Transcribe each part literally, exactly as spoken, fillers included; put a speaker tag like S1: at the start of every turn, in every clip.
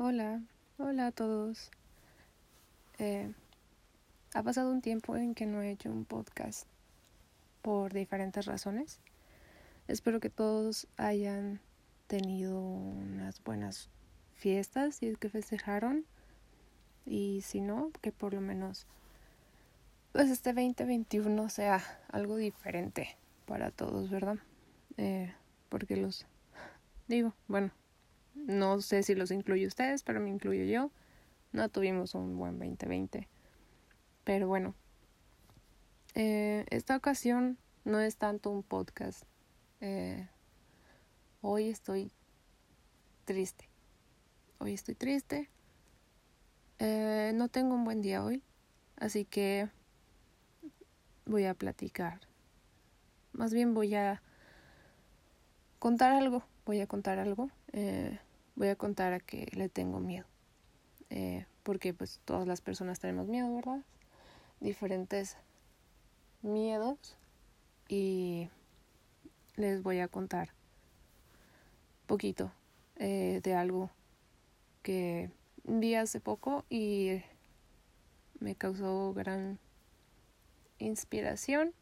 S1: Hola, hola a todos. Eh, ha pasado un tiempo en que no he hecho un podcast por diferentes razones. Espero que todos hayan tenido unas buenas fiestas si es que festejaron, y si no, que por lo menos pues este veinte veintiuno sea algo diferente para todos, ¿verdad? Eh, porque los digo, bueno, no sé si los incluye ustedes, pero me incluyo yo. No tuvimos un buen veinte veinte. Pero bueno, eh, esta ocasión no es tanto un podcast. Eh, hoy estoy triste. Hoy estoy triste. Eh, no tengo un buen día hoy. Así que voy a platicar. Más bien voy a contar algo. Voy a contar algo. Eh, voy a contar a que le tengo miedo. Eh, porque pues todas las personas tenemos miedo, ¿verdad? Diferentes miedos. Y les voy a contar poquito eh, de algo que vi hace poco y me causó gran inspiración,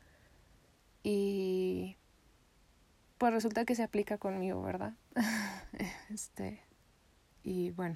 S1: y pues resulta que se aplica conmigo, ¿verdad? este y bueno,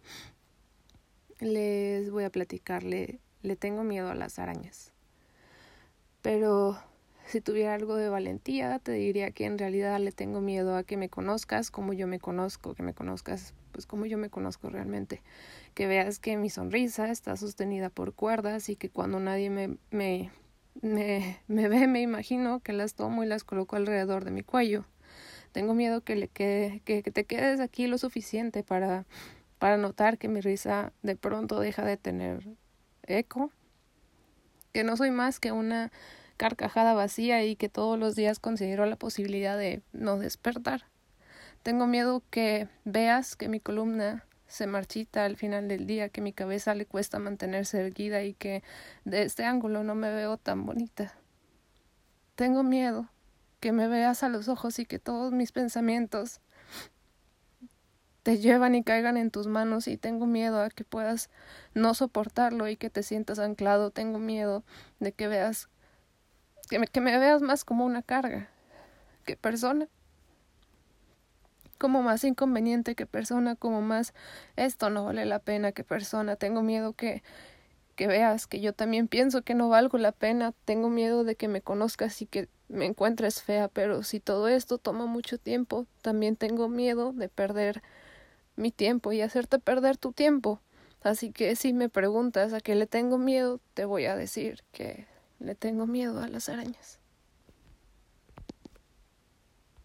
S1: les voy a platicar. Le, le tengo miedo a las arañas, pero si tuviera algo de valentía te diría que en realidad le tengo miedo a que me conozcas como yo me conozco, que me conozcas pues como yo me conozco realmente, que veas que mi sonrisa está sostenida por cuerdas y que cuando nadie me, me, me, me ve me imagino que las tomo y las coloco alrededor de mi cuello. Tengo miedo que, le quede, que, que te quedes aquí lo suficiente para, para notar que mi risa de pronto deja de tener eco, que no soy más que una carcajada vacía y que todos los días considero la posibilidad de no despertar. Tengo miedo que veas que mi columna se marchita al final del día, que mi cabeza le cuesta mantenerse erguida y que de este ángulo no me veo tan bonita. Tengo miedo que me veas a los ojos y que todos mis pensamientos te llevan y caigan en tus manos, y tengo miedo a que puedas no soportarlo y que te sientas anclado. Tengo miedo de que veas que me, que me veas más como una carga que persona, como más inconveniente que persona, como más esto no vale la pena que persona. Tengo miedo que, que veas que yo también pienso que no valgo la pena. Tengo miedo de que me conozcas y que me encuentres fea, pero si todo esto toma mucho tiempo, también tengo miedo de perder mi tiempo y hacerte perder tu tiempo. Así que si me preguntas a qué le tengo miedo, te voy a decir que le tengo miedo a las arañas.